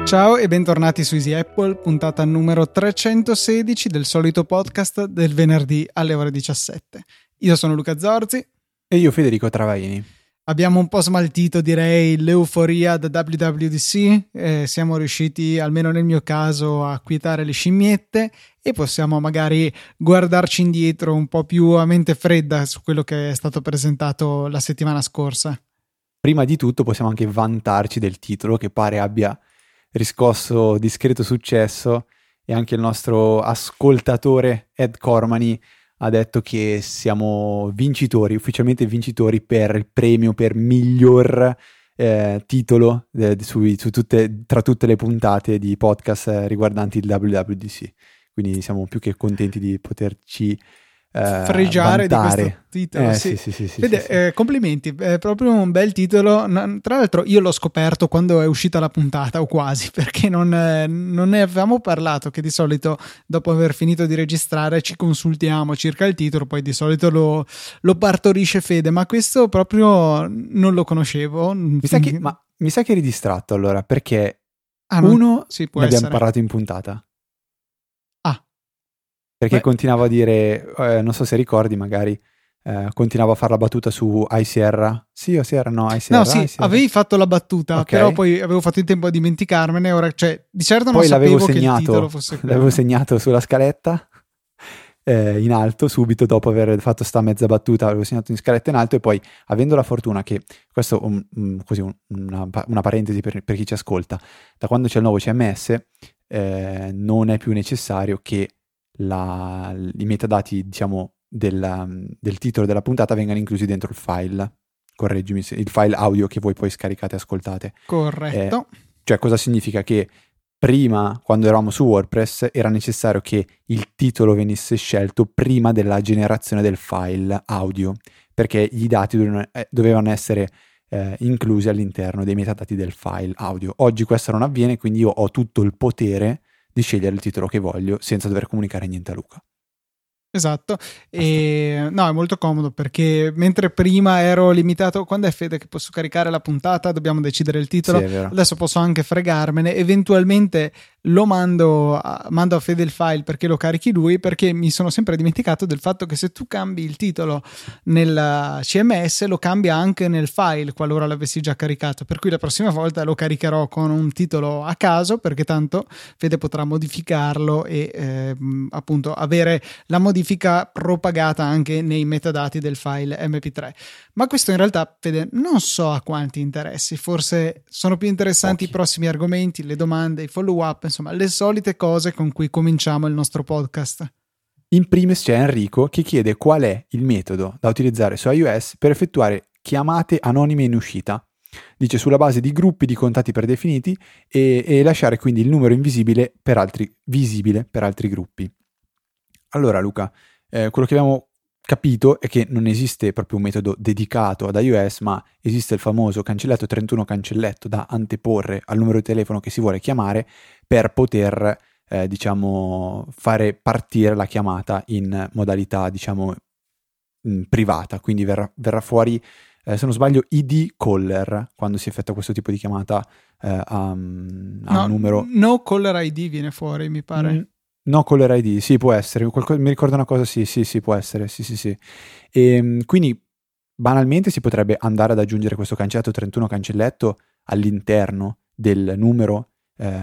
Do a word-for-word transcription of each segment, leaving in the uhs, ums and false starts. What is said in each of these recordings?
Ciao e bentornati su Easy Apple, puntata numero trecentosedici del solito podcast del venerdì alle ore diciassette. Io sono Luca Zorzi. E io Federico Travaini. Abbiamo un po' smaltito, direi, l'euforia da W W D C, eh, siamo riusciti, almeno nel mio caso, a quietare le scimmiette e possiamo magari guardarci indietro un po' più a mente fredda su quello che è stato presentato la settimana scorsa. Prima di tutto possiamo anche vantarci del titolo, che pare abbia riscosso discreto successo, e anche il nostro ascoltatore Ed Cormany ha detto che siamo vincitori, ufficialmente vincitori per il premio per miglior eh, titolo eh, su, su tutte, tra tutte le puntate di podcast eh, riguardanti il W W D C. Quindi siamo più che contenti di poterci eh, fregiare vantare di questo titolo. Eh, sì. sì, sì, sì, sì, Vede, sì, sì. Eh, complimenti, è proprio un bel titolo. Tra l'altro io l'ho scoperto quando è uscita la puntata, o quasi, perché non, eh, non ne avevamo parlato, che di solito dopo aver finito di registrare ci consultiamo circa il titolo, poi di solito lo, lo partorisce Fede, ma questo proprio non lo conoscevo. Mi sa che, ma mi sa che eri distratto allora, perché ah, non, uno sì, può ne abbiamo essere. parlato in puntata. Ah, Perché beh. continuava a dire, eh, non so se ricordi magari, eh, continuava a fare la battuta su iSierra. Sì o Sierra? No, iSierra. No, sì, iSierra. avevi fatto la battuta, Ok. però poi avevo fatto in tempo a dimenticarmene. Ora, cioè, di certo non Poi sapevo l'avevo che il segnato, titolo fosse quello. l'avevo segnato sulla scaletta eh, in alto, subito dopo aver fatto sta mezza battuta, l'avevo segnato in scaletta in alto, e poi, avendo la fortuna che, questo um, um, così un, una, una parentesi per, per chi ci ascolta, da quando c'è il nuovo C M S eh, non è più necessario che la, i metadati, diciamo, del, del titolo della puntata vengano inclusi dentro il file, correggimi, se, il file audio che voi poi scaricate e ascoltate. Corretto. Eh, cioè, cosa significa? Che prima, quando eravamo su WordPress, era necessario che il titolo venisse scelto prima della generazione del file audio, perché i dati dovevano, eh, dovevano essere eh, inclusi all'interno dei metadati del file audio. Oggi questo non avviene, quindi io ho tutto il potere di scegliere il titolo che voglio senza dover comunicare niente a Luca. Esatto, e no, è molto comodo, perché mentre prima ero limitato, quando è Fede che posso caricare la puntata, dobbiamo decidere il titolo, Sì, è vero. adesso posso anche fregarmene, eventualmente lo mando a, mando a Fede il file perché lo carichi lui, perché mi sono sempre dimenticato del fatto che se tu cambi il titolo nel C M S lo cambia anche nel file qualora l'avessi già caricato, per cui la prossima volta lo caricherò con un titolo a caso, perché tanto Fede potrà modificarlo e eh, appunto avere la modifica propagata anche nei metadati del file M P tre. Ma questo in realtà, Fede, non so a quanti interessi, forse sono più interessanti Pochi. i prossimi argomenti, le domande, i follow up, insomma le solite cose con cui cominciamo il nostro podcast. In primis c'è Enrico che chiede qual è il metodo da utilizzare su iOS per effettuare chiamate anonime in uscita. Dice sulla base di gruppi di contatti predefiniti e, e lasciare quindi il numero invisibile per altri, visibile per altri gruppi. Allora Luca, eh, quello che abbiamo capito è che non esiste proprio un metodo dedicato ad iOS, ma esiste il famoso cancelletto trentuno cancelletto da anteporre al numero di telefono che si vuole chiamare per poter, eh, diciamo, fare partire la chiamata in modalità, diciamo, in privata. Quindi verrà, verrà fuori, eh, se non sbaglio, I D caller quando si effettua questo tipo di chiamata eh, a, a No, un numero. no caller I D viene fuori, mi pare. Mm. No, caller I D, sì, può essere. Qualcosa, mi ricordo una cosa, sì, sì, sì, può essere, sì, sì, sì. E, quindi, banalmente, si potrebbe andare ad aggiungere questo cancelletto trentuno cancelletto all'interno del numero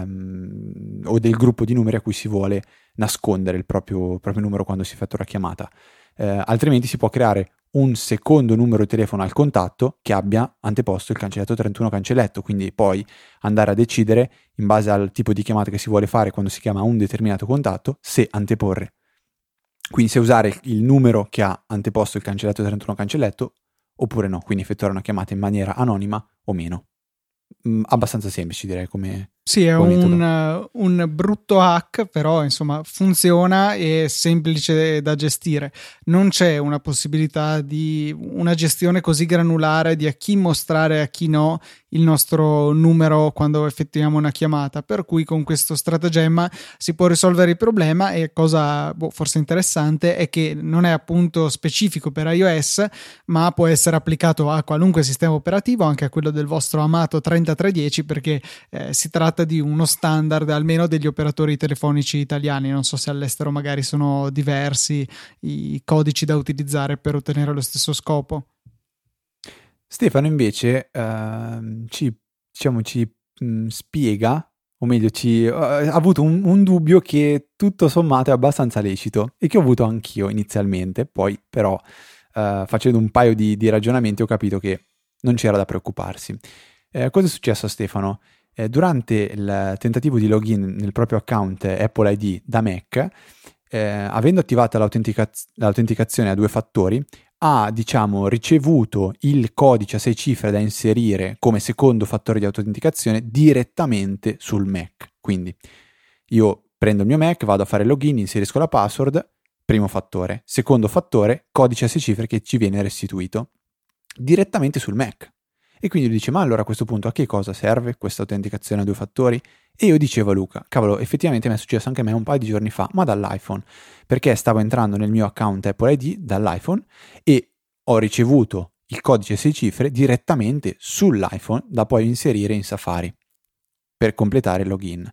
ehm, o del gruppo di numeri a cui si vuole nascondere il proprio, proprio numero quando si effettua la chiamata. Eh, altrimenti si può creare un secondo numero di telefono al contatto che abbia anteposto il cancelletto trentuno cancelletto, quindi poi andare a decidere in base al tipo di chiamata che si vuole fare quando si chiama un determinato contatto, se anteporre, quindi se usare il numero che ha anteposto il cancelletto trentuno cancelletto oppure no, quindi effettuare una chiamata in maniera anonima o meno. Mm, abbastanza semplice, direi, come Sì, è come un, metodo. un brutto hack, però insomma funziona e è semplice da gestire. Non c'è una possibilità di una gestione così granulare di a chi mostrare e a chi no il nostro numero quando effettuiamo una chiamata, per cui con questo stratagemma si può risolvere il problema. E cosa boh, forse interessante è che non è appunto specifico per iOS, ma può essere applicato a qualunque sistema operativo, anche a quello del vostro amato trentatré dieci, perché eh, si tratta tratta di uno standard almeno degli operatori telefonici italiani. Non so se all'estero magari sono diversi i codici da utilizzare per ottenere lo stesso scopo. Stefano invece uh, ci, diciamo, ci mh, spiega, o meglio ci uh, ha avuto un, un dubbio che tutto sommato è abbastanza lecito e che ho avuto anch'io inizialmente, poi però uh, facendo un paio di, di ragionamenti ho capito che non c'era da preoccuparsi. Eh, cosa è successo a Stefano? Eh, durante il tentativo di login nel proprio account Apple I D da Mac, eh, avendo attivata l'autentica- l'autenticazione a due fattori, ha, diciamo, ricevuto il codice a sei cifre da inserire come secondo fattore di autenticazione direttamente sul Mac. Quindi io prendo il mio Mac, vado a fare login, inserisco la password, primo fattore. Secondo fattore, codice a sei cifre che ci viene restituito direttamente sul Mac. E quindi lui dice, ma allora a questo punto a che cosa serve questa autenticazione a due fattori? E io dicevo a Luca, cavolo, effettivamente mi è successo anche a me un paio di giorni fa, ma dall'iPhone, perché stavo entrando nel mio account Apple I D dall'iPhone e ho ricevuto il codice sei cifre direttamente sull'iPhone da poi inserire in Safari per completare il login.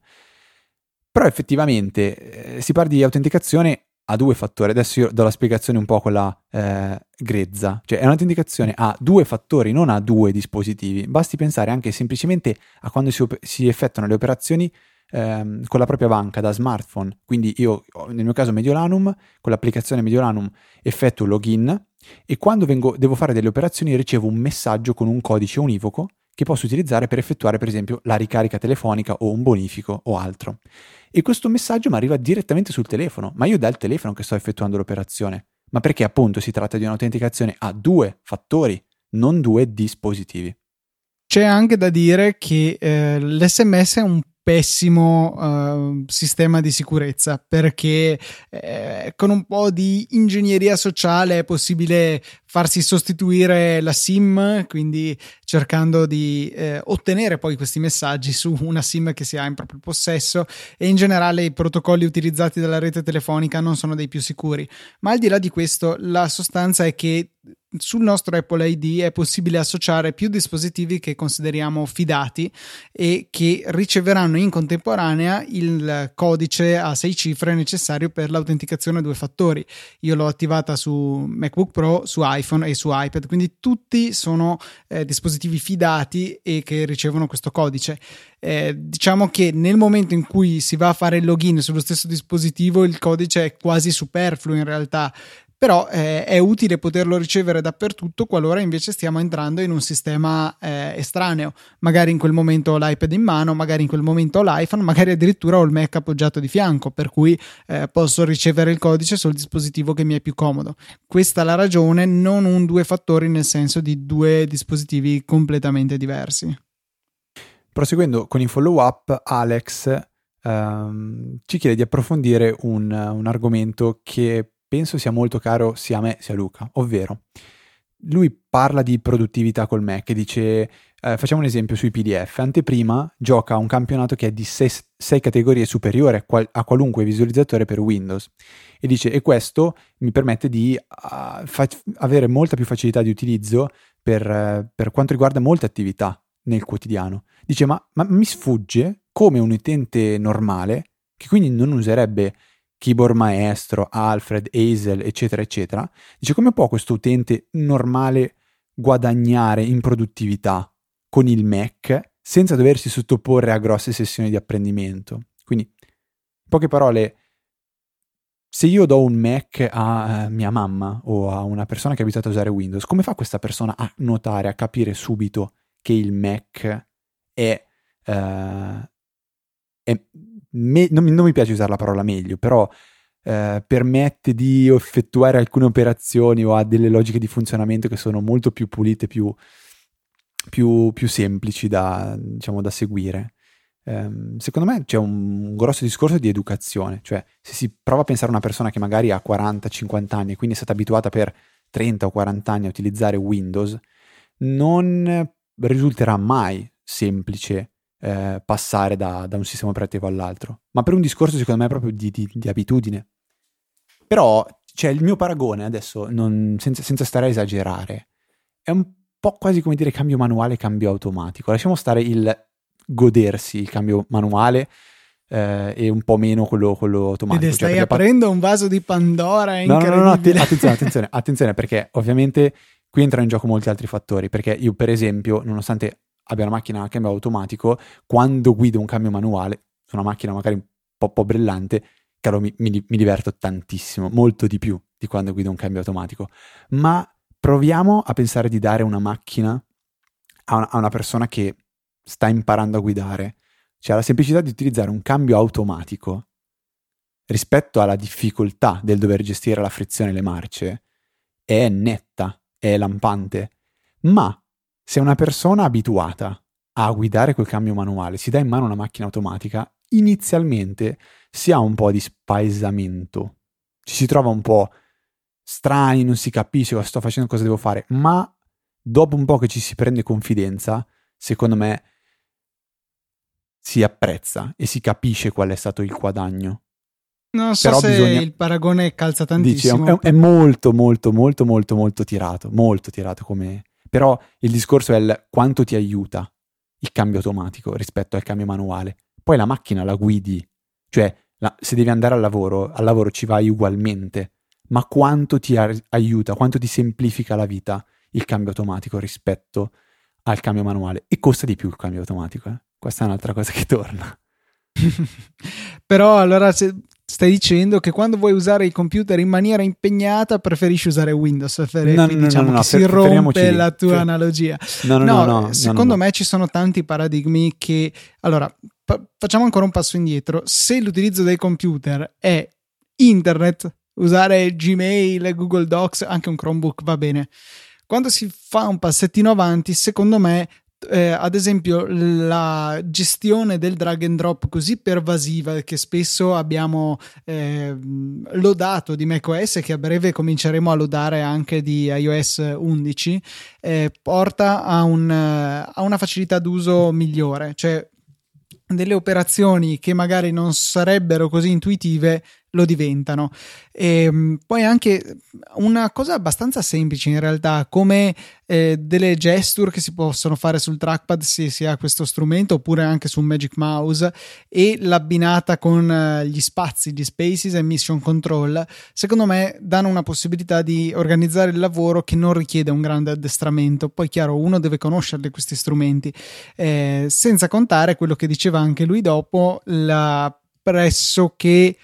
Però effettivamente eh, si parla di autenticazione a due fattori. Adesso io do la spiegazione un po' quella eh, grezza, cioè è un'autenticazione a due fattori, non a due dispositivi. Basti pensare anche semplicemente a quando si, op- si effettuano le operazioni ehm, con la propria banca da smartphone. Quindi io, nel mio caso Mediolanum, con l'applicazione Mediolanum effettuo il login e quando vengo, devo fare delle operazioni ricevo un messaggio con un codice univoco che posso utilizzare per effettuare per esempio la ricarica telefonica o un bonifico o altro. E questo messaggio mi arriva direttamente sul telefono, ma io dal telefono che sto effettuando l'operazione. Ma perché appunto si tratta di un'autenticazione a due fattori, non due dispositivi. C'è anche da dire che eh, l'esse emme esse è un pessimo uh, sistema di sicurezza, perché eh, con un po' di ingegneria sociale è possibile farsi sostituire la SIM, quindi cercando di eh, ottenere poi questi messaggi su una SIM che si ha in proprio possesso, e in generale i protocolli utilizzati dalla rete telefonica non sono dei più sicuri. Ma al di là di questo, la sostanza è che sul nostro Apple I D è possibile associare più dispositivi che consideriamo fidati e che riceveranno in contemporanea il codice a sei cifre necessario per l'autenticazione a due fattori. Io l'ho attivata su MacBook Pro, su iPhone e su iPad, quindi tutti sono eh, dispositivi fidati e che ricevono questo codice. Eh, diciamo che nel momento in cui si va a fare il login sullo stesso dispositivo il codice è quasi superfluo in realtà, però eh, è utile poterlo ricevere dappertutto qualora invece stiamo entrando in un sistema eh, estraneo. Magari in quel momento ho l'iPad in mano, magari in quel momento ho l'iPhone, magari addirittura ho il Mac appoggiato di fianco, per cui eh, posso ricevere il codice sul dispositivo che mi è più comodo. Questa è la ragione, non un due fattori nel senso di due dispositivi completamente diversi. Proseguendo con il follow up, Alex um, ci chiede di approfondire un, un argomento che penso sia molto caro sia a me sia a Luca, ovvero lui parla di produttività col Mac e dice, eh, facciamo un esempio sui P D F, anteprima gioca a un campionato che è di sei categorie superiore a, qual- a qualunque visualizzatore per Windows e dice, e questo mi permette di uh, fa- avere molta più facilità di utilizzo per, uh, per quanto riguarda molte attività nel quotidiano. Dice, ma, ma mi sfugge come un utente normale, che quindi non userebbe Keyboard Maestro, Alfred, Hazel, eccetera, eccetera. Dice, come può questo utente normale guadagnare in produttività con il Mac senza doversi sottoporre a grosse sessioni di apprendimento? Quindi, in poche parole, se io do un Mac a mia mamma o a una persona che è abituata a usare Windows, come fa questa persona a notare, a capire subito che il Mac è... Uh, è me, non, non mi piace usare la parola meglio, però eh, permette di effettuare alcune operazioni o ha delle logiche di funzionamento che sono molto più pulite, più, più, più semplici da, diciamo, da seguire. Um, secondo me c'è un, un grosso discorso di educazione, cioè se si prova a pensare a una persona che magari ha quaranta cinquanta anni e quindi è stata abituata per trenta o quaranta anni a utilizzare Windows, non risulterà mai semplice Eh, passare da, da un sistema operativo all'altro, ma per un discorso secondo me proprio di, di, di abitudine. Però cioè, il mio paragone adesso, non, senza, senza stare a esagerare, è un po' quasi come dire cambio manuale, cambio automatico. Lasciamo stare il godersi il cambio manuale eh, e un po' meno quello, quello automatico. Ed stai cioè, aprendo un vaso di Pandora, è no, incredibile. No, no, no, att- attenzione, attenzione, attenzione, perché ovviamente qui entrano in gioco molti altri fattori, perché io per esempio, nonostante abbia una macchina a cambio automatico, quando guido un cambio manuale su una macchina magari un po', po' brillante, caro, mi, mi, mi diverto tantissimo, molto di più di quando guido un cambio automatico. Ma proviamo a pensare di dare una macchina a una, a una persona che sta imparando a guidare, cioè la semplicità di utilizzare un cambio automatico rispetto alla difficoltà del dover gestire la frizione e le marce è netta, è lampante. Ma se una persona abituata a guidare quel cambio manuale si dà in mano una macchina automatica, inizialmente si ha un po' di spaesamento, ci si trova un po' strani, non si capisce cosa sto facendo, cosa devo fare, ma dopo un po' che ci si prende confidenza, secondo me si apprezza e si capisce qual è stato il guadagno. Non so Però se bisogna... il paragone calza Dici, tantissimo. è, è molto, molto, molto, molto, molto tirato, molto tirato come... Però il discorso è il quanto ti aiuta il cambio automatico rispetto al cambio manuale. Poi la macchina la guidi, cioè la, se devi andare al lavoro, al lavoro ci vai ugualmente, ma quanto ti ar- aiuta, quanto ti semplifica la vita il cambio automatico rispetto al cambio manuale. E costa di più il cambio automatico, eh? Questa è un'altra cosa che torna. Però allora se stai dicendo che quando vuoi usare il computer in maniera impegnata preferisci usare Windows, per, no, quindi no, diciamo no, no, che si fer- rompe la tua fer- analogia. No, no, no, no, no secondo no, no. me ci sono tanti paradigmi che... Allora, pa- facciamo ancora un passo indietro. Se l'utilizzo del computer è internet, usare Gmail, Google Docs, anche un Chromebook va bene. Quando si fa un passettino avanti, secondo me Eh, ad esempio la gestione del drag and drop così pervasiva che spesso abbiamo eh, lodato di macOS, che a breve cominceremo a lodare anche di iOS undici, eh, porta a, un, a una facilità d'uso migliore, cioè delle operazioni che magari non sarebbero così intuitive lo diventano. E poi anche una cosa abbastanza semplice in realtà, come eh, delle gesture che si possono fare sul trackpad se si ha questo strumento, oppure anche su un Magic Mouse, e l'abbinata con eh, gli spazi, gli spaces e mission control, secondo me danno una possibilità di organizzare il lavoro che non richiede un grande addestramento. Poi chiaro, uno deve conoscerli questi strumenti, eh, senza contare quello che diceva anche lui dopo, la pressoché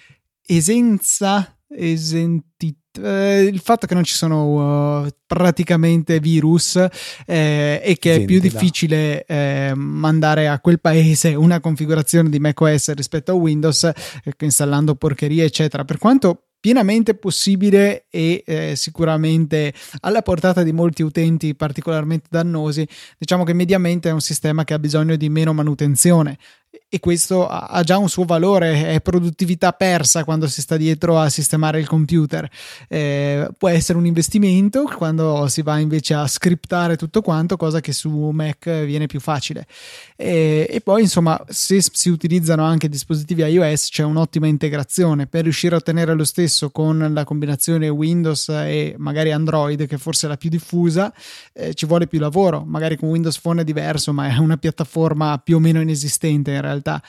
esenza esenti, eh, il fatto che non ci sono uh, praticamente virus eh, e che Esente, è più difficile eh, mandare a quel paese una configurazione di macOS rispetto a Windows, eh, installando porcherie eccetera, per quanto pienamente possibile e eh, sicuramente alla portata di molti utenti particolarmente dannosi. Diciamo che mediamente è un sistema che ha bisogno di meno manutenzione, e questo ha già un suo valore, è produttività persa quando si sta dietro a sistemare il computer. Eh, può essere un investimento quando si va invece a scriptare tutto quanto, cosa che su Mac viene più facile. E, e poi insomma, se si utilizzano anche dispositivi iOS c'è un'ottima integrazione per riuscire a ottenere lo stesso con la combinazione Windows e magari Android, che forse è la più diffusa. Eh, ci vuole più lavoro, magari con Windows Phone è diverso, ma è una piattaforma più o meno inesistente in realtà,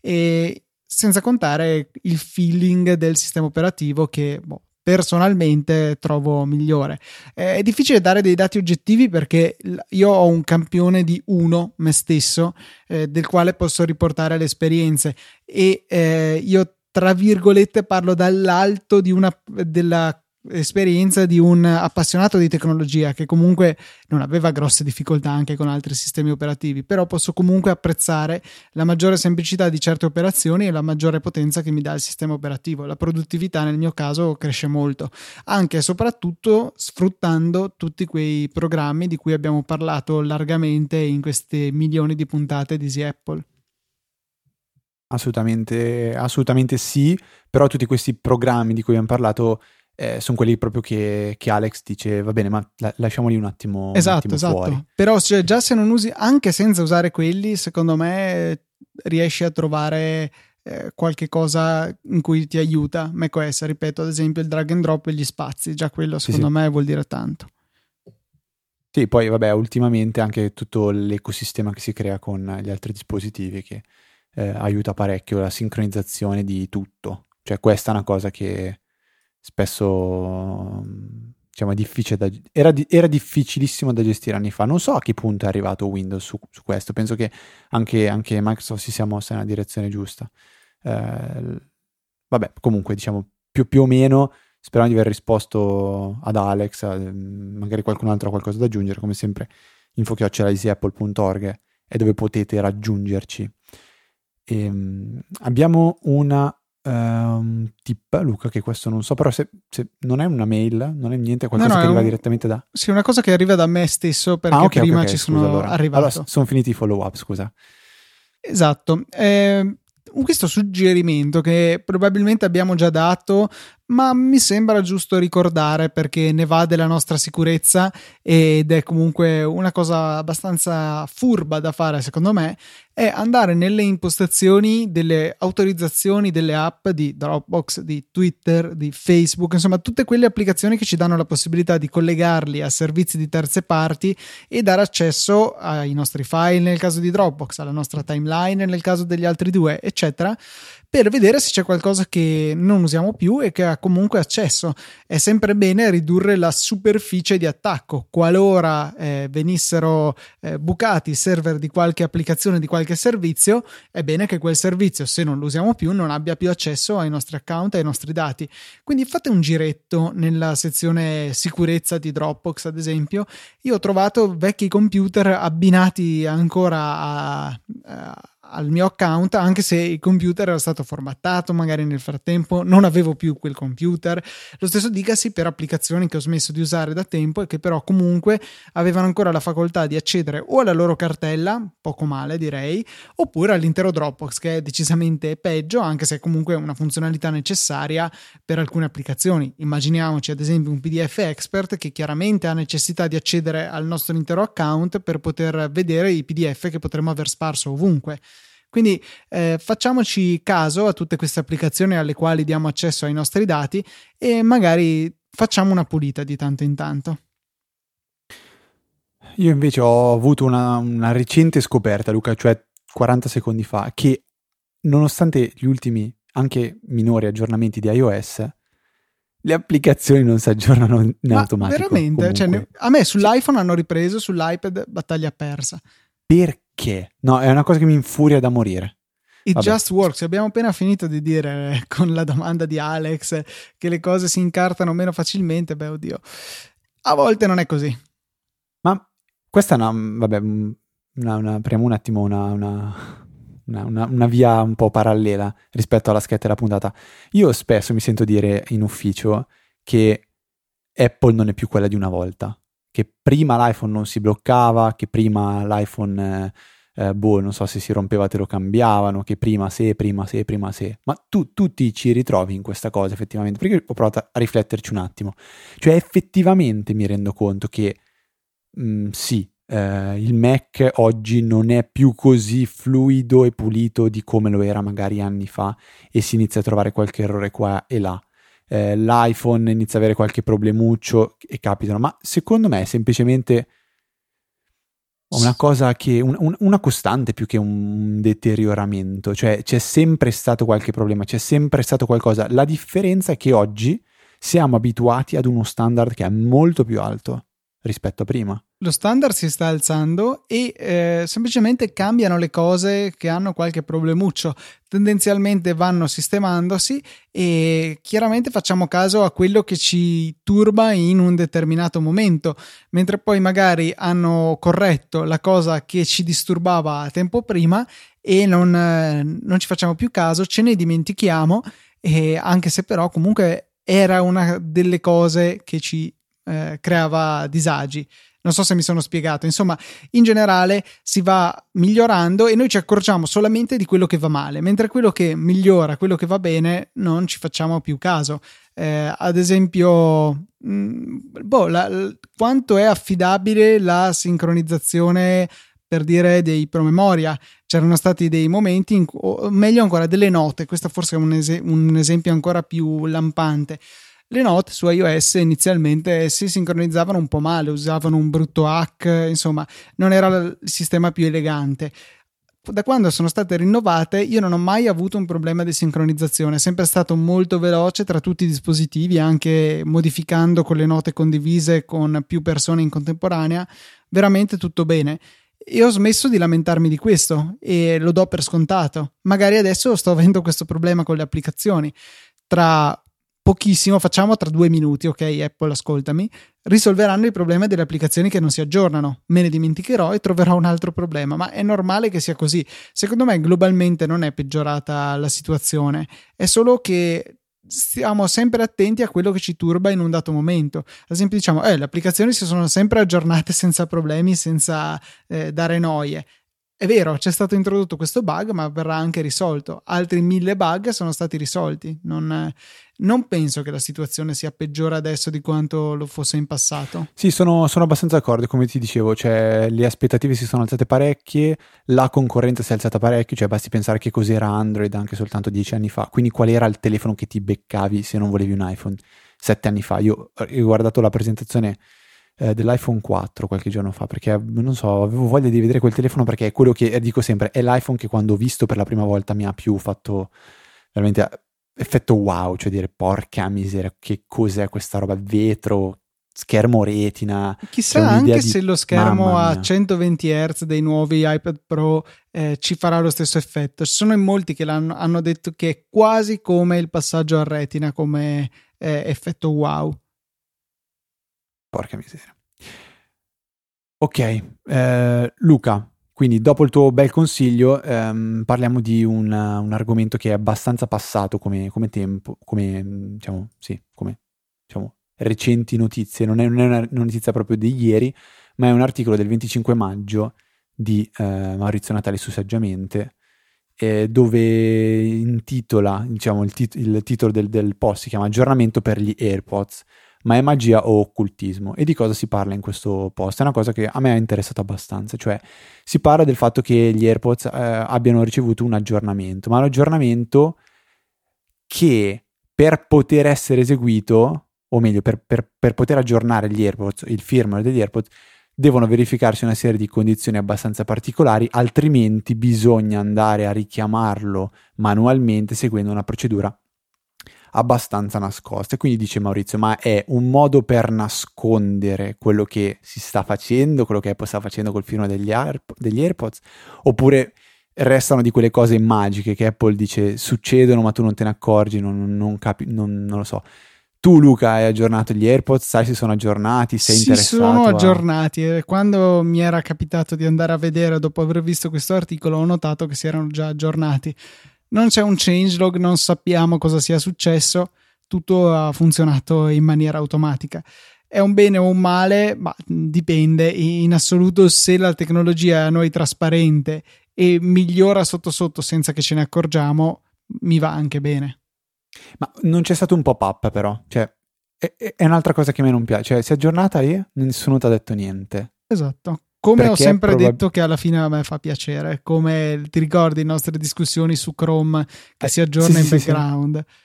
e senza contare il feeling del sistema operativo che boh, personalmente trovo migliore. Eh, è difficile dare dei dati oggettivi perché io ho un campione di uno, me stesso, eh, del quale posso riportare le esperienze, e eh, io tra virgolette parlo dall'alto di una della esperienza di un appassionato di tecnologia che comunque non aveva grosse difficoltà anche con altri sistemi operativi, però posso comunque apprezzare la maggiore semplicità di certe operazioni e la maggiore potenza che mi dà il sistema operativo. La produttività nel mio caso cresce molto, anche e soprattutto sfruttando tutti quei programmi di cui abbiamo parlato largamente in queste milioni di puntate di Easy Apple. Assolutamente, assolutamente sì, però tutti questi programmi di cui abbiamo parlato Eh, sono quelli proprio che, che Alex dice va bene, ma la, lasciamoli un attimo, esatto, un attimo esatto. fuori. Però cioè, già se non usi, anche senza usare quelli, secondo me riesci a trovare eh, qualche cosa in cui ti aiuta macOS. Ripeto, ad esempio il drag and drop e gli spazi, già quello secondo sì, sì. me vuol dire tanto. Sì, poi vabbè, ultimamente anche tutto l'ecosistema che si crea con gli altri dispositivi che eh, aiuta parecchio la sincronizzazione di tutto. Cioè questa è una cosa che spesso mm, diciamo è difficile da, era, di- era difficilissimo da gestire anni fa. Non so a che punto è arrivato Windows su, su questo. Penso che anche, anche Microsoft si sia mossa nella direzione giusta. Eh, vabbè, comunque diciamo più, più o meno. Speriamo di aver risposto ad Alex, eh, magari qualcun altro ha qualcosa da aggiungere, come sempre info chiocciola easy apple punto org è dove potete raggiungerci. E, um, abbiamo una um, tip, Luca, che questo non so, però se, se non è una mail, non è niente, è qualcosa no, no, che è arriva un, direttamente da... Sì, una cosa che arriva da me stesso perché ah, okay, prima okay, okay, ci scusa, sono allora. arrivato. Allora, sono finiti i follow up, scusa. Esatto. Eh, questo suggerimento che probabilmente abbiamo già dato, ma mi sembra giusto ricordare perché ne va della nostra sicurezza ed è comunque una cosa abbastanza furba da fare, secondo me, è andare nelle impostazioni delle autorizzazioni delle app di Dropbox, di Twitter, di Facebook, insomma tutte quelle applicazioni che ci danno la possibilità di collegarli a servizi di terze parti e dare accesso ai nostri file nel caso di Dropbox, alla nostra timeline nel caso degli altri due, eccetera, per vedere se c'è qualcosa che non usiamo più e che ha comunque accesso. È sempre bene ridurre la superficie di attacco. Qualora eh, venissero eh, bucati i server di qualche applicazione, di qualche servizio, è bene che quel servizio, se non lo usiamo più, non abbia più accesso ai nostri account e ai nostri dati. Quindi fate un giretto nella sezione sicurezza di Dropbox, ad esempio. Io ho trovato vecchi computer abbinati ancora a, a al mio account, anche se il computer era stato formattato, magari nel frattempo non avevo più quel computer. Lo stesso dicasi per applicazioni che ho smesso di usare da tempo e che però comunque avevano ancora la facoltà di accedere o alla loro cartella, poco male direi, oppure all'intero Dropbox, che è decisamente peggio, anche se è comunque una funzionalità necessaria per alcune applicazioni. Immaginiamoci ad esempio un P D F Expert che chiaramente ha necessità di accedere al nostro intero account per poter vedere i P D F che potremmo aver sparso ovunque. Quindi eh, facciamoci caso a tutte queste applicazioni alle quali diamo accesso ai nostri dati e magari facciamo una pulita di tanto in tanto. Io invece ho avuto una, una recente scoperta, Luca, cioè quaranta secondi fa, che nonostante gli ultimi, anche minori aggiornamenti di iOS, le applicazioni non si aggiornano in Ma automatico. veramente? Cioè, ne, a me sull'iPhone hanno ripreso, sull'iPad battaglia persa. Perché? No, è una cosa che mi infuria da morire. It Vabbè. just works. Abbiamo appena finito di dire con la domanda di Alex che le cose si incartano meno facilmente. Beh, oddio, a volte non è così. Ma questa è una, vabbè, una, una, apriamo un attimo una, una, una, una, una via un po' parallela rispetto alla scheda della puntata. Io spesso mi sento dire in ufficio che Apple non è più quella di una volta, che prima l'iPhone non si bloccava, che prima l'iPhone, eh, eh, boh, non so se si rompeva te lo cambiavano, che prima se, prima se, prima se. Ma tu, tu ti ci ritrovi in questa cosa effettivamente? Perché ho provato a rifletterci un attimo. Cioè effettivamente mi rendo conto che mh, sì, eh, il Mac oggi non è più così fluido e pulito di come lo era magari anni fa e si inizia a trovare qualche errore qua e là. Eh, l'iPhone inizia a avere qualche problemuccio e capitano, ma secondo me è semplicemente una cosa che un, un, una costante più che un deterioramento, cioè c'è sempre stato qualche problema, c'è sempre stato qualcosa. La differenza è che oggi siamo abituati ad uno standard che è molto più alto rispetto a prima. Lo standard si sta alzando e eh, semplicemente cambiano le cose che hanno qualche problemuccio, tendenzialmente vanno sistemandosi e chiaramente facciamo caso a quello che ci turba in un determinato momento, mentre poi magari hanno corretto la cosa che ci disturbava tempo prima e non, eh, non ci facciamo più caso, ce ne dimentichiamo, e anche se però comunque era una delle cose che ci eh, creava disagi. Non so se mi sono spiegato. Insomma, in generale si va migliorando e noi ci accorgiamo solamente di quello che va male, mentre quello che migliora, quello che va bene, non ci facciamo più caso. Eh, ad esempio, mh, boh, la, la, quanto è affidabile la sincronizzazione, per dire, dei promemoria? C'erano stati dei momenti, in, o meglio ancora, delle note. Questo forse è un, es- un esempio ancora più lampante. le note su iOS inizialmente si sincronizzavano un po' male, usavano un brutto hack, insomma non era il sistema più elegante. Da quando sono state rinnovate io non ho mai avuto un problema di sincronizzazione, è sempre stato molto veloce tra tutti i dispositivi, anche modificando con le note condivise con più persone in contemporanea, veramente tutto bene. E ho smesso di lamentarmi di questo e lo do per scontato. Magari adesso sto avendo questo problema con le applicazioni. Tra pochissimo, facciamo tra due minuti, ok Apple, ascoltami, risolveranno il problema delle applicazioni che non si aggiornano. Me ne dimenticherò e troverò un altro problema, ma è normale che sia così. Secondo me globalmente non è peggiorata la situazione, è solo che stiamo sempre attenti a quello che ci turba in un dato momento. Ad esempio diciamo eh, le applicazioni si sono sempre aggiornate senza problemi, senza eh, dare noie. È vero, c'è stato introdotto questo bug, ma verrà anche risolto. Altri mille bug sono stati risolti. Non, non penso che la situazione sia peggiore adesso di quanto lo fosse in passato. Sì, sono, sono abbastanza d'accordo, come ti dicevo, cioè le aspettative si sono alzate parecchie, la concorrenza si è alzata parecchio, cioè basti pensare che cos'era Android anche soltanto dieci anni fa, quindi qual era il telefono che ti beccavi se non volevi un iPhone sette anni fa. Io ho guardato la presentazione eh, dell'iPhone quattro qualche giorno fa, perché non so, avevo voglia di vedere quel telefono, perché è quello che dico sempre, è l'iPhone che quando ho visto per la prima volta mi ha più fatto veramente effetto wow, cioè dire porca miseria, che cos'è questa roba, vetro, schermo retina. Chissà anche di... se lo schermo a centoventi hertz dei nuovi iPad Pro eh, ci farà lo stesso effetto. Ci sono in molti che l'hanno, hanno detto che è quasi come il passaggio a retina, come eh, effetto wow. Porca miseria. Ok, eh, Luca, quindi dopo il tuo bel consiglio ehm, parliamo di un, un argomento che è abbastanza passato come, come tempo, come diciamo, sì, come diciamo recenti notizie, non è, non è una notizia proprio di ieri, ma è un articolo del venticinque maggio di eh, Maurizio Natali su Saggiamente, eh, dove intitola, diciamo, il, tit- il titolo del, del post si chiama Aggiornamento per gli AirPods, ma è magia o occultismo? E di cosa si parla in questo post? È una cosa che a me ha interessato abbastanza, cioè si parla del fatto che gli AirPods eh, abbiano ricevuto un aggiornamento, ma un aggiornamento che per poter essere eseguito, o meglio per, per, per poter aggiornare gli AirPods, il firmware degli AirPods, devono verificarsi una serie di condizioni abbastanza particolari, altrimenti bisogna andare a richiamarlo manualmente seguendo una procedura abbastanza nascosta. E quindi dice Maurizio, ma è un modo per nascondere quello che si sta facendo, quello che Apple sta facendo col firmware degli, Airp- degli AirPods, oppure restano di quelle cose magiche che Apple dice succedono ma tu non te ne accorgi, non, non capi, non, non lo so. Tu Luca hai aggiornato gli AirPods, sai se sono aggiornati, sei si interessato? Si sono a... aggiornati e quando mi era capitato di andare a vedere dopo aver visto questo articolo ho notato che si erano già aggiornati. Non c'è un changelog, non sappiamo cosa sia successo, tutto ha funzionato in maniera automatica. È un bene o un male? Ma dipende. In assoluto, se la tecnologia è a noi trasparente e migliora sotto sotto senza che ce ne accorgiamo, mi va anche bene. Ma non c'è stato un pop-up però, cioè è, è un'altra cosa che a me non piace, cioè si è aggiornata e nessuno ti ha detto niente. Esatto. Come ho sempre probab- detto che alla fine a me fa piacere, come ti ricordi le nostre discussioni su Chrome che eh, si aggiorna sì, in sì, background. Sì.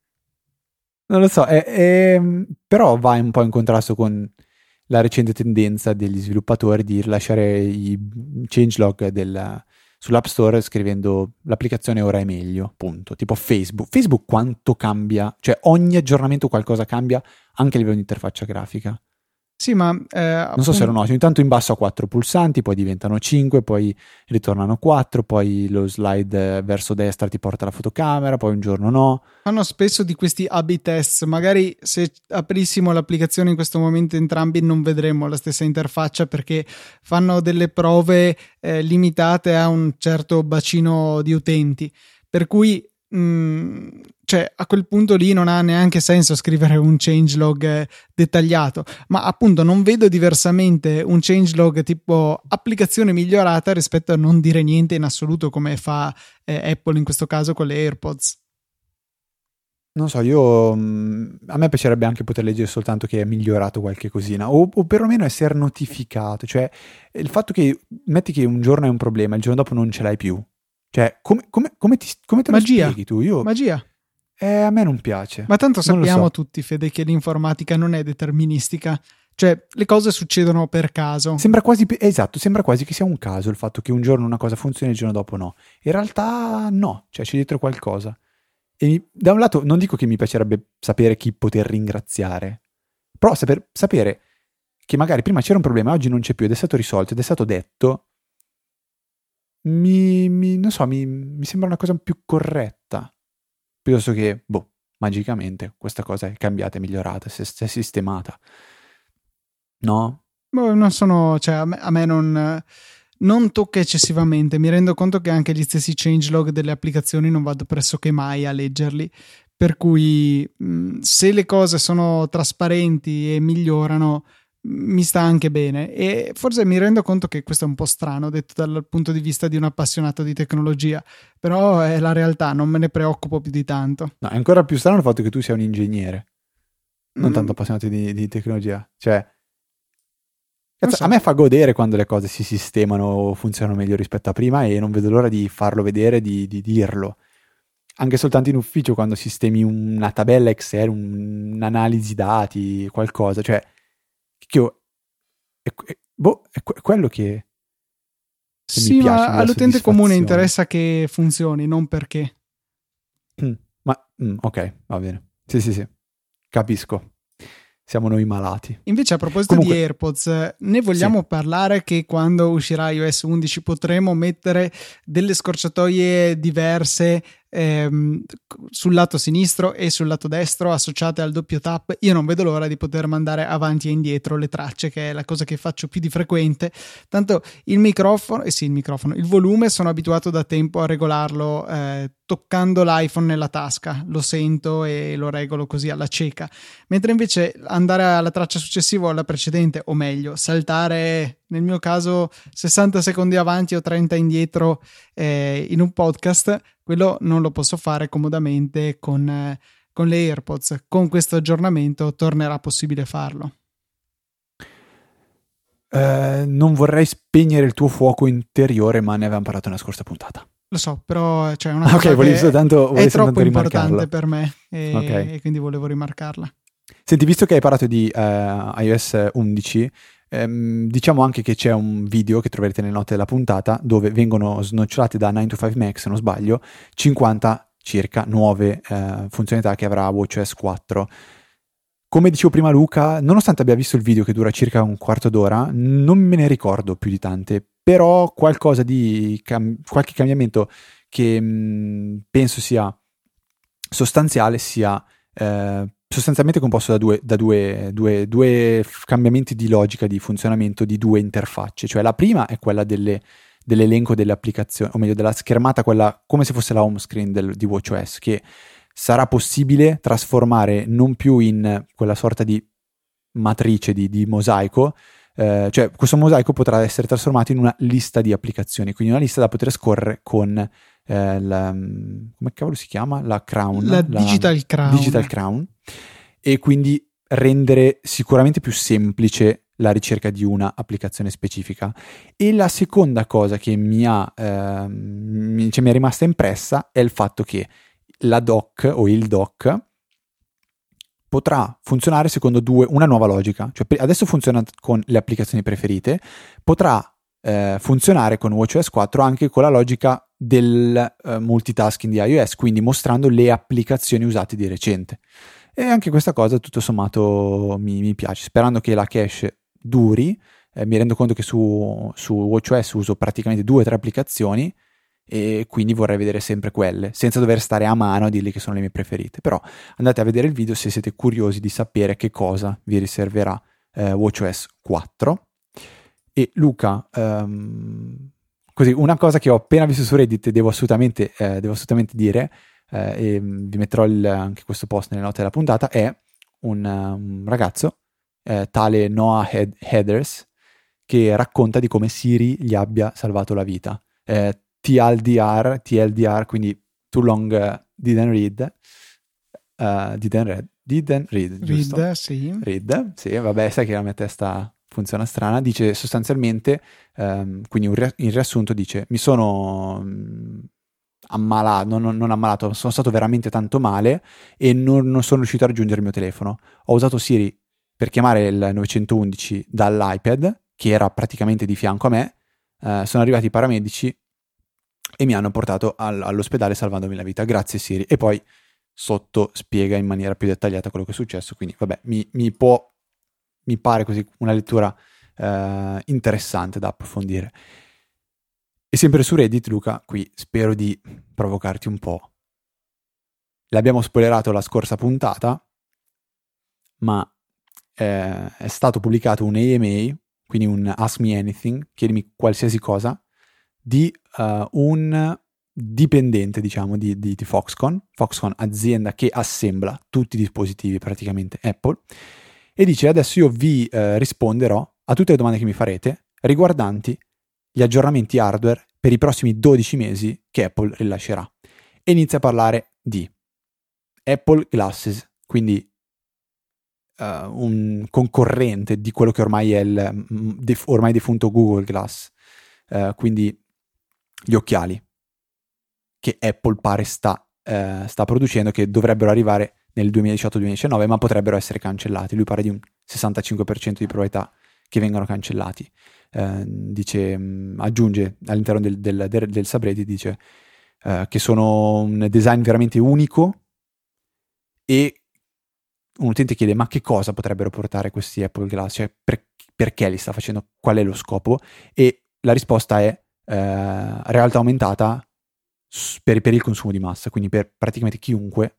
Non lo so, è, è, però va un po' in contrasto con la recente tendenza degli sviluppatori di rilasciare i changelog del, sull'App Store scrivendo l'applicazione ora è meglio, punto. Tipo Facebook. Facebook quanto cambia? Cioè ogni aggiornamento qualcosa cambia anche a livello di interfaccia grafica. Sì, ma eh, non appunto... so se lo noti, ogni tanto in basso a quattro pulsanti, poi diventano cinque, poi ritornano quattro, poi lo slide verso destra ti porta la fotocamera, poi un giorno no. Fanno spesso di questi A B test, magari se aprissimo l'applicazione in questo momento entrambi non vedremmo la stessa interfaccia perché fanno delle prove eh, limitate a un certo bacino di utenti, per cui Mm, cioè a quel punto lì non ha neanche senso scrivere un changelog eh, dettagliato, ma appunto non vedo diversamente un changelog tipo applicazione migliorata rispetto a non dire niente in assoluto come fa eh, Apple in questo caso con le AirPods. Non so, io mh, a me piacerebbe anche poter leggere soltanto che è migliorato qualche cosina o, o perlomeno essere notificato, cioè il fatto che metti che un giorno hai un problema il giorno dopo non ce l'hai più. Cioè, come, come, come, ti, come te lo magia. spieghi tu? Io... Magia. Eh, a me non piace. Ma tanto sappiamo so. tutti, Fede, che l'informatica non è deterministica. Cioè, le cose succedono per caso. Sembra quasi, esatto, sembra quasi che sia un caso il fatto che un giorno una cosa funzioni e il giorno dopo no. In realtà no, cioè c'è dietro qualcosa. E da un lato non dico che mi piacerebbe sapere chi poter ringraziare, però saper, sapere che magari prima c'era un problema, oggi non c'è più ed è stato risolto ed è stato detto, mi, mi non so, mi, mi sembra una cosa più corretta, piuttosto che, boh, magicamente questa cosa è cambiata, è migliorata, si è, si è sistemata. No? Boh, non sono, cioè a me, a me non, non tocca eccessivamente. Mi rendo conto che anche gli stessi changelog delle applicazioni non vado pressoché mai a leggerli. Per cui mh, se le cose sono trasparenti e migliorano, mi sta anche bene. E forse mi rendo conto che questo è un po' strano, detto dal punto di vista di un appassionato di tecnologia. Però è la realtà, non me ne preoccupo più di tanto. No, è ancora più strano il fatto che tu sia un ingegnere, non Mm. tanto appassionato di, di tecnologia. Cioè, cazzo, so. a me fa godere quando le cose si sistemano o funzionano meglio rispetto a prima e non vedo l'ora di farlo vedere, di, di dirlo. Anche soltanto in ufficio quando sistemi una tabella Excel, un, un'analisi dati, qualcosa, cioè che io, è, è, boh, è, è quello che, che Sì, mi piace. ma all'utente comune interessa che funzioni, non perché. Mm, ma mm, ok, va bene. Sì, sì, sì, capisco. Siamo noi malati. Invece a proposito Comunque, di AirPods, ne vogliamo sì. parlare che quando uscirà iOS undici potremo mettere delle scorciatoie diverse ehm, sul lato sinistro e sul lato destro associate al doppio tap. Io non vedo l'ora di poter mandare avanti e indietro le tracce, che è la cosa che faccio più di frequente. Tanto il microfono, eh sì il microfono, il volume sono abituato da tempo a regolarlo eh, toccando l'iPhone nella tasca, lo sento e lo regolo così alla cieca, mentre invece andare alla traccia successiva o alla precedente, o meglio saltare nel mio caso sessanta secondi avanti o trenta indietro eh, in un podcast, quello non lo posso fare comodamente con, eh, con le AirPods. Con questo aggiornamento tornerà possibile farlo. Eh, non vorrei spegnere il tuo fuoco interiore, ma ne avevamo parlato nella scorsa puntata. Lo so, però c'è una ah, cosa okay, che tanto, è troppo importante per me e, okay. e quindi volevo rimarcarla. Senti, visto che hai parlato di uh, iOS undici, ehm, diciamo anche che c'è un video che troverete nelle note della puntata dove vengono snocciolate da nine to five Mac, se non sbaglio, cinquanta circa nuove uh, funzionalità che avrà WatchOS quattro. Come dicevo prima Luca, nonostante abbia visto il video che dura circa un quarto d'ora, non me ne ricordo più di tante, però qualcosa di cam- qualche cambiamento che mh, penso sia sostanziale sia eh, sostanzialmente composto da, due, da due, due, due cambiamenti di logica di funzionamento di due interfacce. Cioè la prima è quella delle, dell'elenco delle applicazioni, o meglio della schermata, quella come se fosse la home screen del, di WatchOS, che sarà possibile trasformare non più in quella sorta di matrice di, di mosaico, eh, cioè questo mosaico potrà essere trasformato in una lista di applicazioni, quindi una lista da poter scorrere con eh, la, come cavolo si chiama? La Crown, la, la Digital Crown. Digital Crown, e quindi rendere sicuramente più semplice la ricerca di una applicazione specifica. E la seconda cosa che mi, ha, eh, mi, cioè, mi è rimasta impressa è il fatto che la dock o il dock potrà funzionare secondo due, una nuova logica. Cioè, adesso funziona con le applicazioni preferite, potrà eh, funzionare con WatchOS quattro anche con la logica del uh, multitasking di iOS, quindi mostrando le applicazioni usate di recente. E anche questa cosa tutto sommato mi, mi piace, sperando che la cache duri. Eh, mi rendo conto che su, su WatchOS uso praticamente due o tre applicazioni e quindi vorrei vedere sempre quelle, senza dover stare a mano a dirgli che sono le mie preferite. Però andate a vedere il video se siete curiosi di sapere che cosa vi riserverà eh, WatchOS quattro. E Luca, um, così una cosa che ho appena visto su Reddit e devo assolutamente, eh, devo assolutamente dire, eh, e vi metterò il, anche questo post nelle note della puntata, è un, un ragazzo, eh, tale Noah Head- Headers, che racconta di come Siri gli abbia salvato la vita. Eh, T L D R, T L D R, quindi too long uh, didn't read, uh, didn't read, didn't read, giusto? Read, sì. Read, sì, vabbè, sai che la mia testa funziona strana. Dice sostanzialmente, um, quindi un ri- in riassunto dice, mi sono um, ammalato, non, non ammalato, sono stato veramente tanto male e non, non sono riuscito a raggiungere il mio telefono. Ho usato Siri per chiamare il nove undici dall'iPad, che era praticamente di fianco a me. Uh, sono arrivati i paramedici e mi hanno portato al, all'ospedale salvandomi la vita. Grazie Siri. E poi sotto spiega in maniera più dettagliata quello che è successo. Quindi vabbè, mi, mi può, mi pare così una lettura uh, interessante da approfondire. E sempre su Reddit, Luca, qui spero di provocarti un po'. L'abbiamo spoilerato la scorsa puntata, ma eh, è stato pubblicato un A M A, quindi un Ask Me Anything, chiedimi qualsiasi cosa, di uh, un dipendente, diciamo, di, di, di Foxconn, Foxconn azienda che assembla tutti i dispositivi praticamente Apple, e dice: adesso io vi uh, risponderò a tutte le domande che mi farete riguardanti gli aggiornamenti hardware per i prossimi dodici mesi che Apple rilascerà. E inizia a parlare di Apple Glasses, quindi uh, un concorrente di quello che ormai è il def- ormai defunto Google Glass, uh, quindi gli occhiali che Apple pare sta, uh, sta producendo, che dovrebbero arrivare nel duemiladiciotto duemiladiciannove, ma potrebbero essere cancellati. Lui parla di un sessantacinque per cento di probabilità che vengano cancellati. Uh, dice, mh, aggiunge all'interno del, del, del, del subreddit, dice uh, che sono un design veramente unico, e un utente chiede: ma che cosa potrebbero portare questi Apple Glass? Cioè, per, perché li sta facendo? Qual è lo scopo? E la risposta è uh, realtà aumentata per, per il consumo di massa, quindi per praticamente chiunque,